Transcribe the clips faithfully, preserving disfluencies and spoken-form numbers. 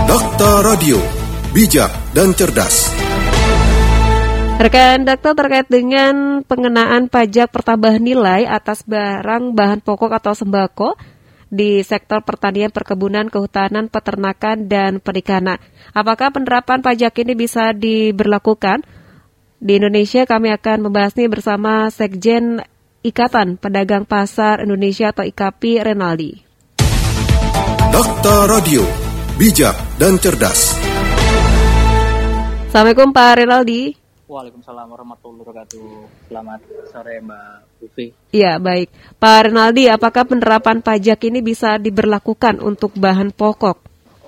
Dakta Radio, bijak dan cerdas. Rekan Dakta, terkait dengan pengenaan pajak pertambahan nilai atas barang bahan pokok atau sembako di sektor pertanian, perkebunan, kehutanan, peternakan, dan perikanan. Apakah penerapan pajak ini bisa diberlakukan di Indonesia? Kami akan membahasnya bersama Sekjen Ikatan Pedagang Pasar Indonesia atau I K P, Renaldi. Dakta Radio, bijak dan cerdas. Assalamualaikum Pak Renaldi. Waalaikumsalam warahmatullahi wabarakatuh. Selamat sore Mbak Ufi. Ya, baik. Pak Renaldi, apakah penerapan pajak ini bisa diberlakukan untuk bahan pokok?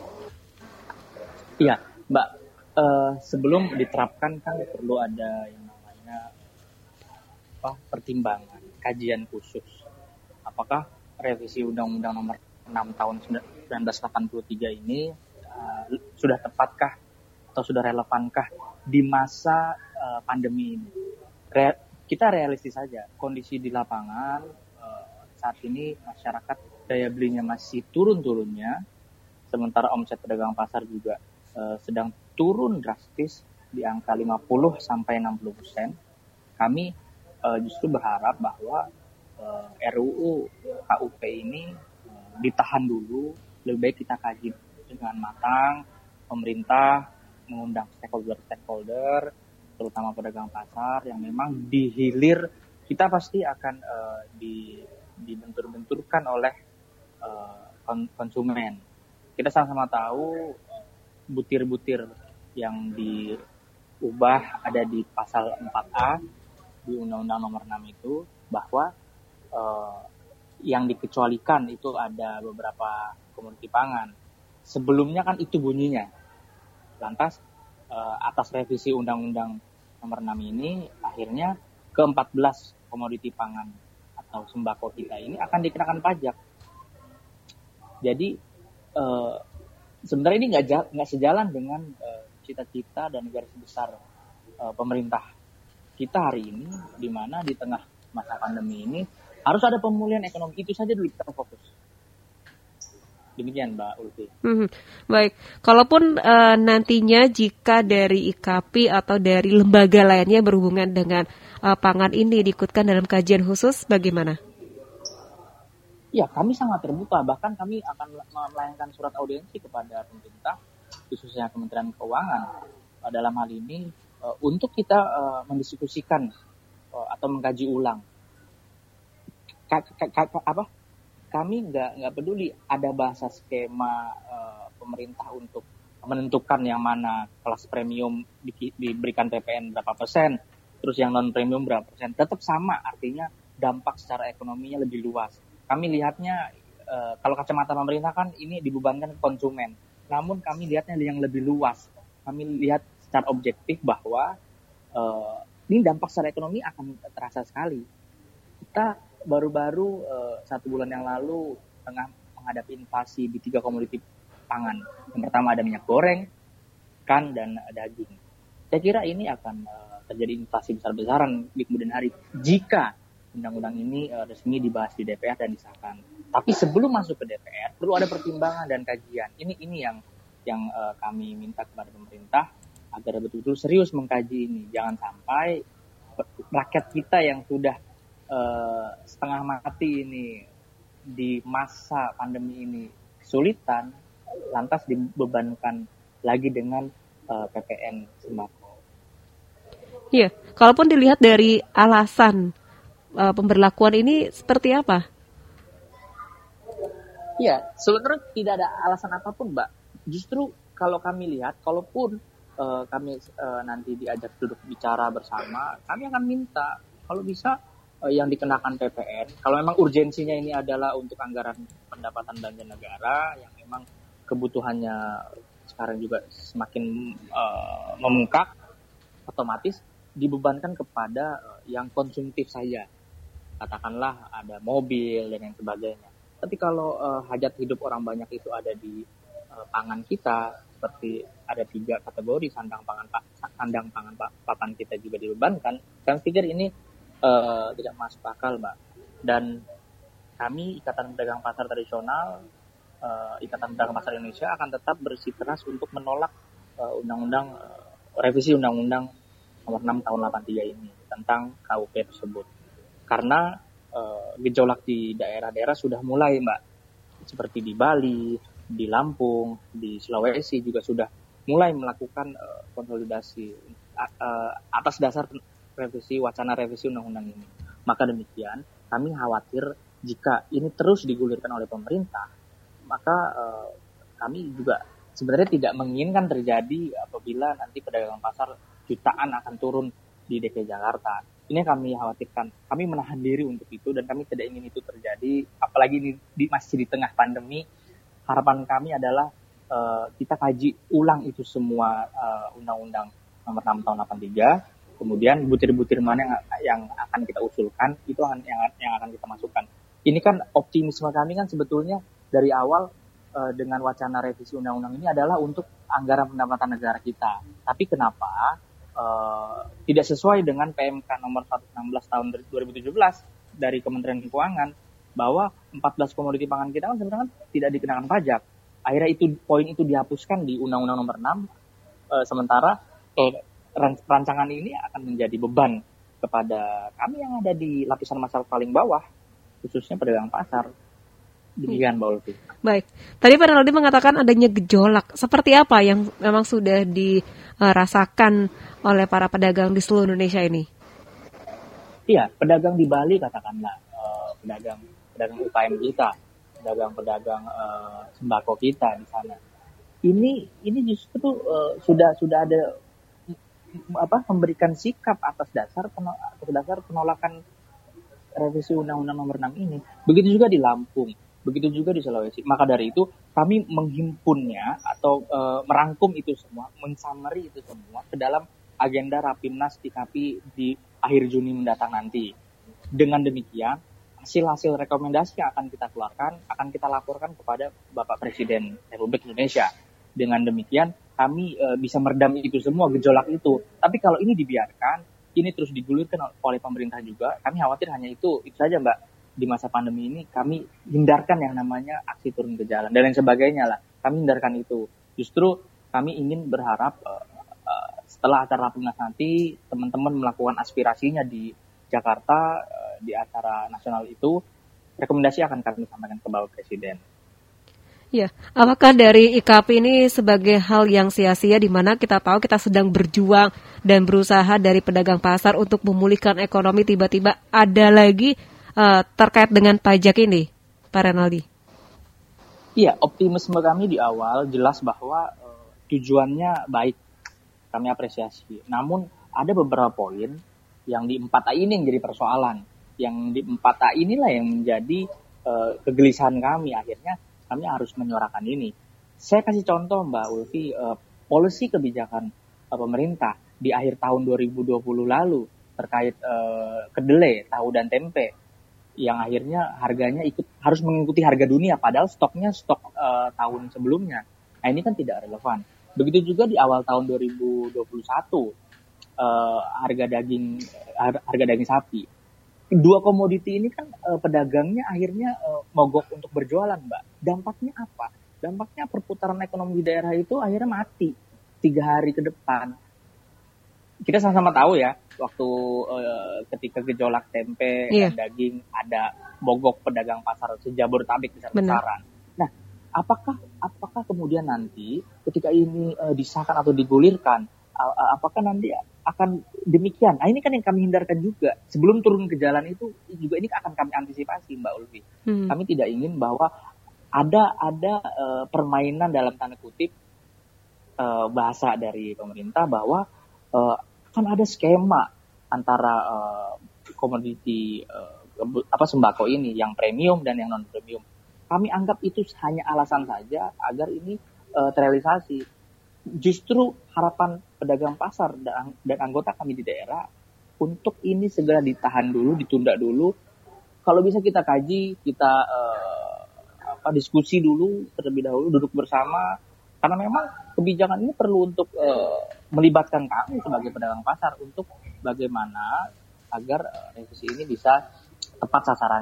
Iya, Mbak. Uh, sebelum diterapkan kan perlu ada yang namanya apa, pertimbangan, kajian khusus. Apakah revisi Undang-Undang Nomor enam Tahun seribu sembilan ratus delapan puluh tiga ini uh, sudah tepatkah atau sudah relevankah di masa uh, pandemi ini? Re- kita realistis saja, kondisi di lapangan uh, saat ini masyarakat daya belinya masih turun-turunnya, sementara omset pedagang pasar juga uh, sedang turun drastis di angka lima puluh sampai enam puluh persen. Kami uh, justru berharap bahwa uh, R U U K U P ini uh, ditahan dulu, lebih baik kita kaji dengan matang, pemerintah mengundang stakeholder-stakeholder, terutama pedagang pasar yang memang di hilir kita pasti akan uh, di, dibentur-benturkan oleh uh, konsumen. Kita sama-sama tahu uh, butir-butir yang diubah ada di pasal empat A di Undang-Undang Nomor enam itu, bahwa uh, yang dikecualikan itu ada beberapa komoditi pangan. Sebelumnya kan itu bunyinya. Lantas uh, atas revisi Undang-Undang Nomor enam ini akhirnya ke empat belas komoditi pangan atau sembako kita ini akan dikenakan pajak. Jadi uh, sebenarnya ini nggak nggak sejalan dengan uh, cita-cita dan garis besar uh, pemerintah kita hari ini, di mana di tengah masa pandemi ini harus ada pemulihan ekonomi. Itu saja dulu kita fokus. Demikian Mbak Ulfi. Hmm, baik, kalaupun uh, nantinya jika dari I K P atau dari lembaga lainnya berhubungan dengan uh, pangan ini diikutkan dalam kajian khusus, bagaimana? Ya, kami sangat terbuka. Bahkan kami akan melayangkan surat audiensi kepada pemerintah, khususnya Kementerian Keuangan, uh, dalam hal ini uh, untuk kita uh, mendiskusikan uh, atau mengkaji ulang. Ka- ka- ka- apa? Kami nggak nggak peduli ada bahasa skema uh, pemerintah untuk menentukan yang mana kelas premium di, diberikan P P N berapa persen, terus yang non premium berapa persen, tetap sama, artinya dampak secara ekonominya lebih luas. Kami lihatnya uh, kalau kacamata pemerintah kan ini dibebankan ke konsumen, namun kami lihatnya yang lebih luas. Kami lihat secara objektif bahwa uh, ini dampak secara ekonomi akan terasa sekali. Kita baru-baru uh, satu bulan yang lalu tengah menghadapi inflasi di tiga komoditi pangan. Yang pertama ada minyak goreng, ikan, dan daging. Saya kira ini akan uh, terjadi inflasi besar-besaran di kemudian hari jika undang-undang ini uh, resmi dibahas di D P R dan disahkan. Tapi sebelum masuk ke D P R perlu ada pertimbangan dan kajian. Ini ini yang yang uh, kami minta kepada pemerintah agar betul-betul serius mengkaji ini. Jangan sampai rakyat kita yang sudah Uh, setengah mati ini di masa pandemi ini kesulitan, lantas dibebankan lagi dengan uh, P P N sembako. Iya, kalaupun dilihat dari alasan uh, pemberlakuan ini seperti apa? Iya, sebenarnya tidak ada alasan apapun, Mbak. Justru kalau kami lihat, kalaupun uh, kami uh, nanti diajak duduk bicara bersama, kami akan minta kalau bisa yang dikenakan P P N, kalau memang urgensinya ini adalah untuk anggaran pendapatan belanja negara yang memang kebutuhannya sekarang juga semakin uh, memungkak, otomatis dibebankan kepada uh, yang konsumtif saja. Katakanlah ada mobil dan yang sebagainya. Tapi kalau uh, hajat hidup orang banyak itu ada di uh, pangan kita, seperti ada tiga kategori, sandang pangan sandang pangan papan kita juga dibebankan. Saya pikir ini Uh, tidak masuk akal, Mbak. Dan kami Ikatan Pedagang Pasar Tradisional uh, Ikatan Pedagang Pasar Indonesia akan tetap bersikeras untuk menolak uh, undang-undang uh, revisi undang-undang nomor enam tahun delapan puluh tiga ini tentang K U P tersebut. Karena uh, gejolak di daerah-daerah sudah mulai, Mbak. Seperti di Bali, di Lampung, di Sulawesi juga sudah mulai melakukan uh, konsolidasi uh, atas dasar revisi wacana revisi undang-undang ini. Maka demikian, kami khawatir jika ini terus digulirkan oleh pemerintah, maka uh, kami juga sebenarnya tidak menginginkan terjadi apabila nanti pedagang pasar jutaan akan turun di D K I Jakarta. Ini yang kami khawatirkan. Kami menahan diri untuk itu dan kami tidak ingin itu terjadi. Apalagi ini di, masih di tengah pandemi. Harapan kami adalah uh, kita kaji ulang itu semua uh, undang-undang nomor enam tahun delapan puluh tiga. Kemudian butir-butir mana yang, yang akan kita usulkan, itu yang, yang akan kita masukkan. Ini kan optimisme kami kan sebetulnya dari awal uh, dengan wacana revisi undang-undang ini adalah untuk anggaran pendapatan negara kita. Tapi kenapa Uh, tidak sesuai dengan P M K nomor seratus enam belas tahun dua ribu tujuh belas dari Kementerian Keuangan bahwa empat belas komoditi pangan kita kan sebenarnya tidak dikenakan pajak. Akhirnya itu poin itu dihapuskan di Undang-Undang nomor enam, uh, sementara uh, rancangan ini akan menjadi beban kepada kami yang ada di lapisan masyarakat paling bawah, khususnya pedagang pasar. Demikian, Mbak Ulfi. Baik. Tadi Pak Renaldi mengatakan adanya gejolak. Seperti apa yang memang sudah dirasakan oleh para pedagang di seluruh Indonesia ini? Iya, pedagang di Bali katakanlah, uh, pedagang pedagang U K M kita, pedagang-pedagang uh, sembako kita di sana. Ini ini justru uh, sudah sudah ada apa memberikan sikap atas dasar atas dasar penolakan revisi Undang-Undang nomor enam ini. Begitu juga di Lampung. Begitu juga di Sulawesi. Maka dari itu kami menghimpunnya atau e, merangkum itu semua, mensummary itu semua ke dalam agenda Rapimnas I K P I di akhir Juni mendatang nanti. Dengan demikian, hasil-hasil rekomendasi yang akan kita keluarkan akan kita laporkan kepada Bapak Presiden Republik Indonesia. Dengan demikian, kami e, bisa meredam itu semua, gejolak itu. Tapi kalau ini dibiarkan, ini terus digulirkan oleh pemerintah juga, kami khawatir hanya itu, itu saja, Mbak. Di masa pandemi ini kami hindarkan yang namanya aksi turun ke jalan dan lain sebagainya lah. Kami hindarkan itu. Justru kami ingin berharap uh, uh, setelah acara Rapimnas nanti teman-teman melakukan aspirasinya di Jakarta uh, di acara nasional itu, rekomendasi akan kami sampaikan ke Bapak Presiden. Ya, apakah dari I K P I ini sebagai hal yang sia-sia di mana kita tahu kita sedang berjuang dan berusaha dari pedagang pasar untuk memulihkan ekonomi, tiba-tiba ada lagi Uh, terkait dengan pajak ini, Pak Renaldi? Iya, optimisme kami di awal jelas bahwa uh, tujuannya baik, kami apresiasi. Namun ada beberapa poin yang di empat A ini yang jadi persoalan. Yang di empat A inilah yang menjadi uh, kegelisahan kami. Akhirnya kami harus menyuarakan ini. Saya kasih contoh, Mbak Ulfi, uh, polisi kebijakan uh, pemerintah di akhir tahun dua ribu dua puluh lalu terkait uh, kedelai, tahu dan tempe, yang akhirnya harganya ikut harus mengikuti harga dunia padahal stoknya stok uh, tahun sebelumnya. Nah ini kan tidak relevan. Begitu juga di awal tahun dua ribu dua puluh satu uh, harga daging harga daging sapi. Dua komoditi ini kan uh, pedagangnya akhirnya uh, mogok untuk berjualan, Mbak. Dampaknya apa? Dampaknya perputaran ekonomi di daerah itu akhirnya mati tiga hari ke depan. Kita sama-sama tahu ya, waktu uh, ketika gejolak tempe yeah. dan daging ada mogok pedagang pasar se-Jabodetabek besar-besaran. Nah, apakah apakah kemudian nanti ketika ini uh, disahkan atau digulirkan, uh, apakah nanti akan demikian? Nah, ini kan yang kami hindarkan juga. Sebelum turun ke jalan itu juga ini akan kami antisipasi, Mbak Ulfi. Hmm. Kami tidak ingin bahwa ada ada uh, permainan dalam tanda kutip uh, bahasa dari pemerintah bahwa uh, kan ada skema antara uh, komoditi uh, apa sembako ini yang premium dan yang non premium. Kami anggap itu hanya alasan saja agar ini uh, terrealisasi. Justru harapan pedagang pasar dan, dan anggota kami di daerah untuk ini segera ditahan dulu, ditunda dulu. Kalau bisa kita kaji, kita uh, apa diskusi dulu terlebih dahulu, duduk bersama. Karena memang kebijakan ini perlu untuk uh, melibatkan kami sebagai pedagang pasar untuk bagaimana agar uh, revisi ini bisa tepat sasarannya.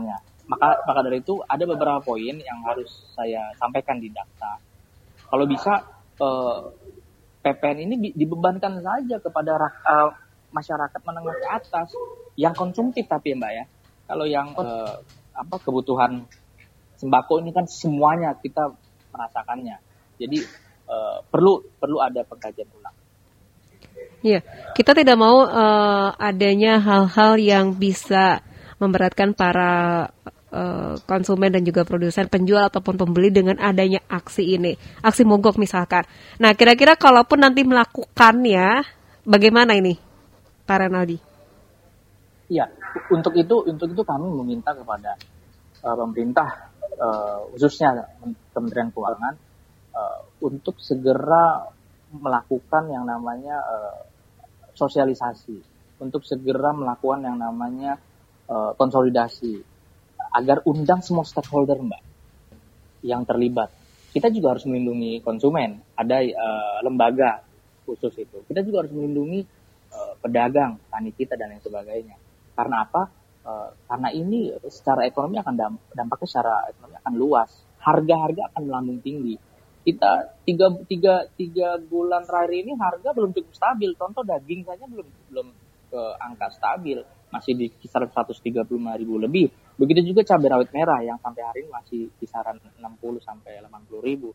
maka maka dari itu ada beberapa poin yang harus saya sampaikan di data. Kalau bisa eh, P P N ini dibebankan saja kepada uh, masyarakat menengah ke atas yang konsumtif, tapi ya Mbak ya. Kalau yang uh, apa kebutuhan sembako ini kan semuanya kita merasakannya. Jadi uh, perlu perlu ada pengkajian ulang. Iya, kita tidak mau uh, adanya hal-hal yang bisa memberatkan para uh, konsumen dan juga produsen, penjual ataupun pembeli dengan adanya aksi ini, aksi mogok misalkan. Nah, kira-kira kalaupun nanti melakukannya, bagaimana ini, Pak Renaldi? Iya, untuk itu untuk itu kami meminta kepada uh, pemerintah, uh, khususnya Kementerian Keuangan, uh, untuk segera melakukan yang namanya uh, sosialisasi, untuk segera melakukan yang namanya uh, konsolidasi, agar undang semua stakeholder Mbak yang terlibat. Kita juga harus melindungi konsumen, ada uh, lembaga khusus itu. Kita juga harus melindungi uh, pedagang, petani kita dan lain sebagainya. Karena apa? Uh, karena ini secara ekonomi akan damp- dampaknya secara ekonomi akan luas. Harga-harga akan melambung tinggi. Kita tiga, tiga, tiga bulan terakhir ini harga belum cukup stabil. Contoh daging saja belum belum ke angka stabil, masih di kisaran seratus tiga puluh lima ribu lebih. Begitu juga cabai rawit merah yang sampai hari ini masih kisaran enam puluh sampai delapan puluh ribu.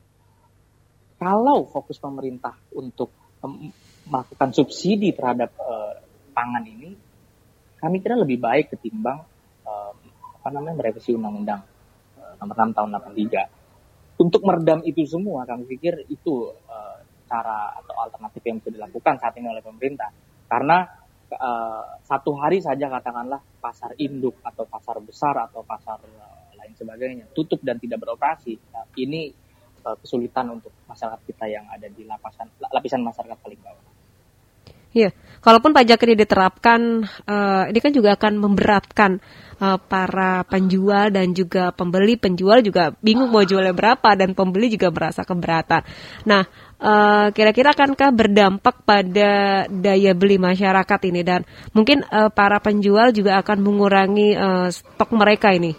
Kalau fokus pemerintah untuk um, melakukan subsidi terhadap uh, pangan ini, kami kira lebih baik ketimbang uh, apa namanya merevisi undang-undang uh, nomor enam tahun delapan puluh tiga. Untuk meredam itu semua, kami pikir itu uh, cara atau alternatif yang bisa dilakukan saat ini oleh pemerintah. Karena uh, satu hari saja katakanlah pasar induk atau pasar besar atau pasar uh, lain sebagainya tutup dan tidak beroperasi. Nah, ini uh, kesulitan untuk masyarakat kita yang ada di lapisan lapisan masyarakat paling bawah. Iya, kalaupun pajak ini diterapkan, uh, ini kan juga akan memberatkan uh, para penjual dan juga pembeli. Penjual juga bingung mau jualnya berapa dan pembeli juga merasa keberatan. Nah, uh, kira-kira akankah berdampak pada daya beli masyarakat ini dan mungkin uh, para penjual juga akan mengurangi uh, stok mereka ini?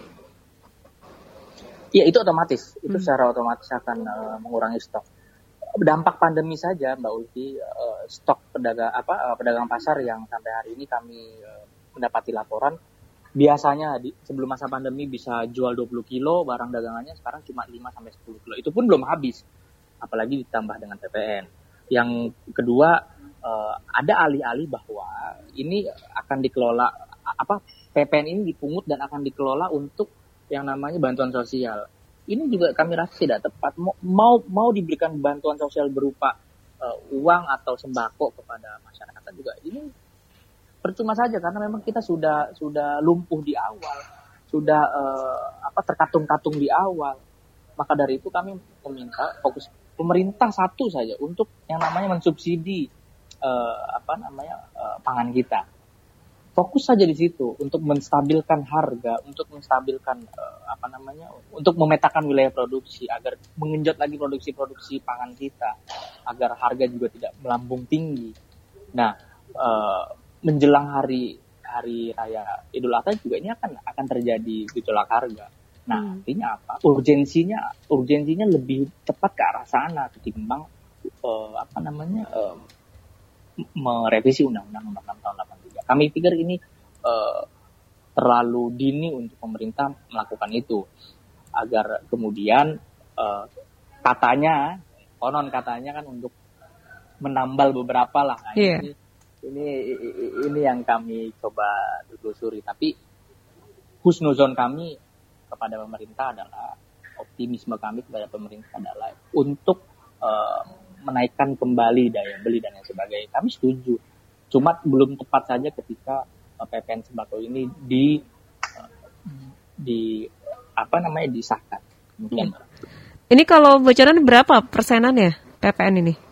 Iya, itu otomatis, itu secara otomatis akan uh, mengurangi stok. Dampak pandemi saja, Mbak Ulfi, uh, stok pedagang apa uh, pedagang pasar yang sampai hari ini kami uh, mendapati laporan, biasanya di, sebelum masa pandemi bisa jual dua puluh kilo barang dagangannya, sekarang cuma lima sampai sepuluh kilo. Itu pun belum habis, apalagi ditambah dengan P P N. Yang kedua, uh, ada alih-alih bahwa ini akan dikelola apa P P N ini dipungut dan akan dikelola untuk yang namanya bantuan sosial. Ini juga kami rasa tidak tepat. Mau mau diberikan bantuan sosial berupa uh, uang atau sembako kepada masyarakat juga ini percuma saja, karena memang kita sudah sudah lumpuh di awal, sudah uh, apa terkatung-katung di awal. Maka dari itu kami meminta fokus pemerintah satu saja untuk yang namanya mensubsidi uh, apa namanya uh, pangan kita. Fokus saja di situ untuk menstabilkan harga, untuk menstabilkan uh, apa namanya, untuk memetakan wilayah produksi agar mengenjot lagi produksi-produksi pangan kita, agar harga juga tidak melambung tinggi. Nah, uh, menjelang hari hari raya Idul Adha juga ini akan akan terjadi gejolak harga. Nah, hmm. artinya apa? Urgensinya urgensinya lebih tepat ke arah sana ketimbang uh, apa namanya uh, merevisi Undang-Undang Nomor enam Tahun delapan puluh tiga. Kami pikir ini uh, terlalu dini untuk pemerintah melakukan itu, agar kemudian uh, katanya, konon katanya kan untuk menambal beberapa lah. Nah, yeah. ini, ini ini yang kami coba telusuri. Tapi husnuzon kami kepada pemerintah adalah, optimisme kami kepada pemerintah adalah untuk uh, menaikkan kembali daya beli dan yang sebagainya. Kami setuju. Cuma belum tepat saja ketika uh, P P N sembako ini di uh, di apa namanya disahkan. Mungkin. Hmm. Ini kalau bocoran berapa persenan ya P P N ini?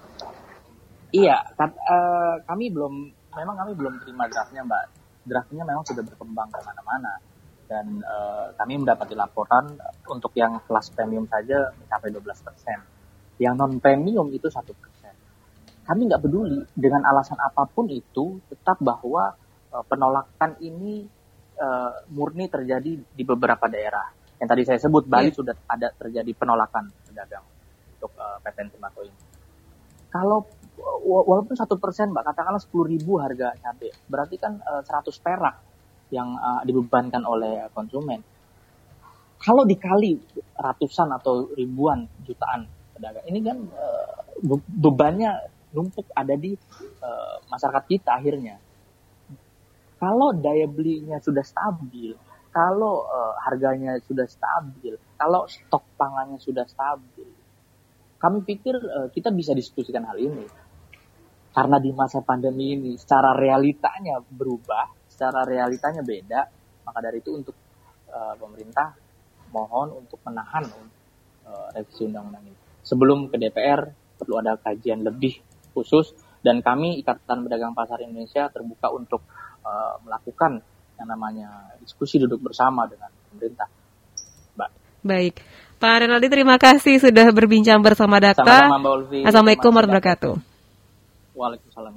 Iya, kat, uh, kami belum, memang kami belum terima draftnya, Mbak. Draftnya memang sudah berkembang kemana-mana. Dan uh, kami mendapati laporan untuk yang kelas premium saja mencapai dua belas persen. Yang non-premium itu satu persen. Kami nggak peduli dengan alasan apapun itu, tetap bahwa uh, penolakan ini uh, murni terjadi di beberapa daerah. Yang tadi saya sebut, Bali yeah. sudah ada terjadi penolakan pedagang untuk uh, P T N tembakau ini. Kalau walaupun satu persen, Mbak, katakanlah sepuluh ribu harga cabai, berarti kan uh, seratus perak yang uh, dibebankan oleh konsumen. Kalau dikali ratusan atau ribuan jutaan pedagang, ini kan uh, bebannya numpuk ada di uh, masyarakat kita akhirnya. Kalau daya belinya sudah stabil, kalau uh, harganya sudah stabil, kalau stok pangannya sudah stabil, kami pikir uh, kita bisa diskusikan hal ini. Karena di masa pandemi ini secara realitanya berubah, secara realitanya beda, maka dari itu untuk uh, pemerintah mohon untuk menahan uh, revisi undang-undang ini. Sebelum ke D P R perlu ada kajian lebih khusus, dan kami Ikatan Pedagang Pasar Indonesia terbuka untuk uh, melakukan yang namanya diskusi duduk bersama dengan pemerintah. Mbak. Baik, Pak Renaldi, terima kasih sudah berbincang bersama Dakta. Sama-sama, Mbak Ulfi. Assalamualaikum warahmatullahi wabarakatuh. Waalaikumsalam.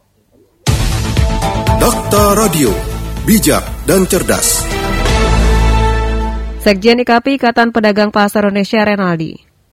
Dakta Radio, bijak dan cerdas. Sekjen I K A P I Ikatan Pedagang Pasar Indonesia Renaldi.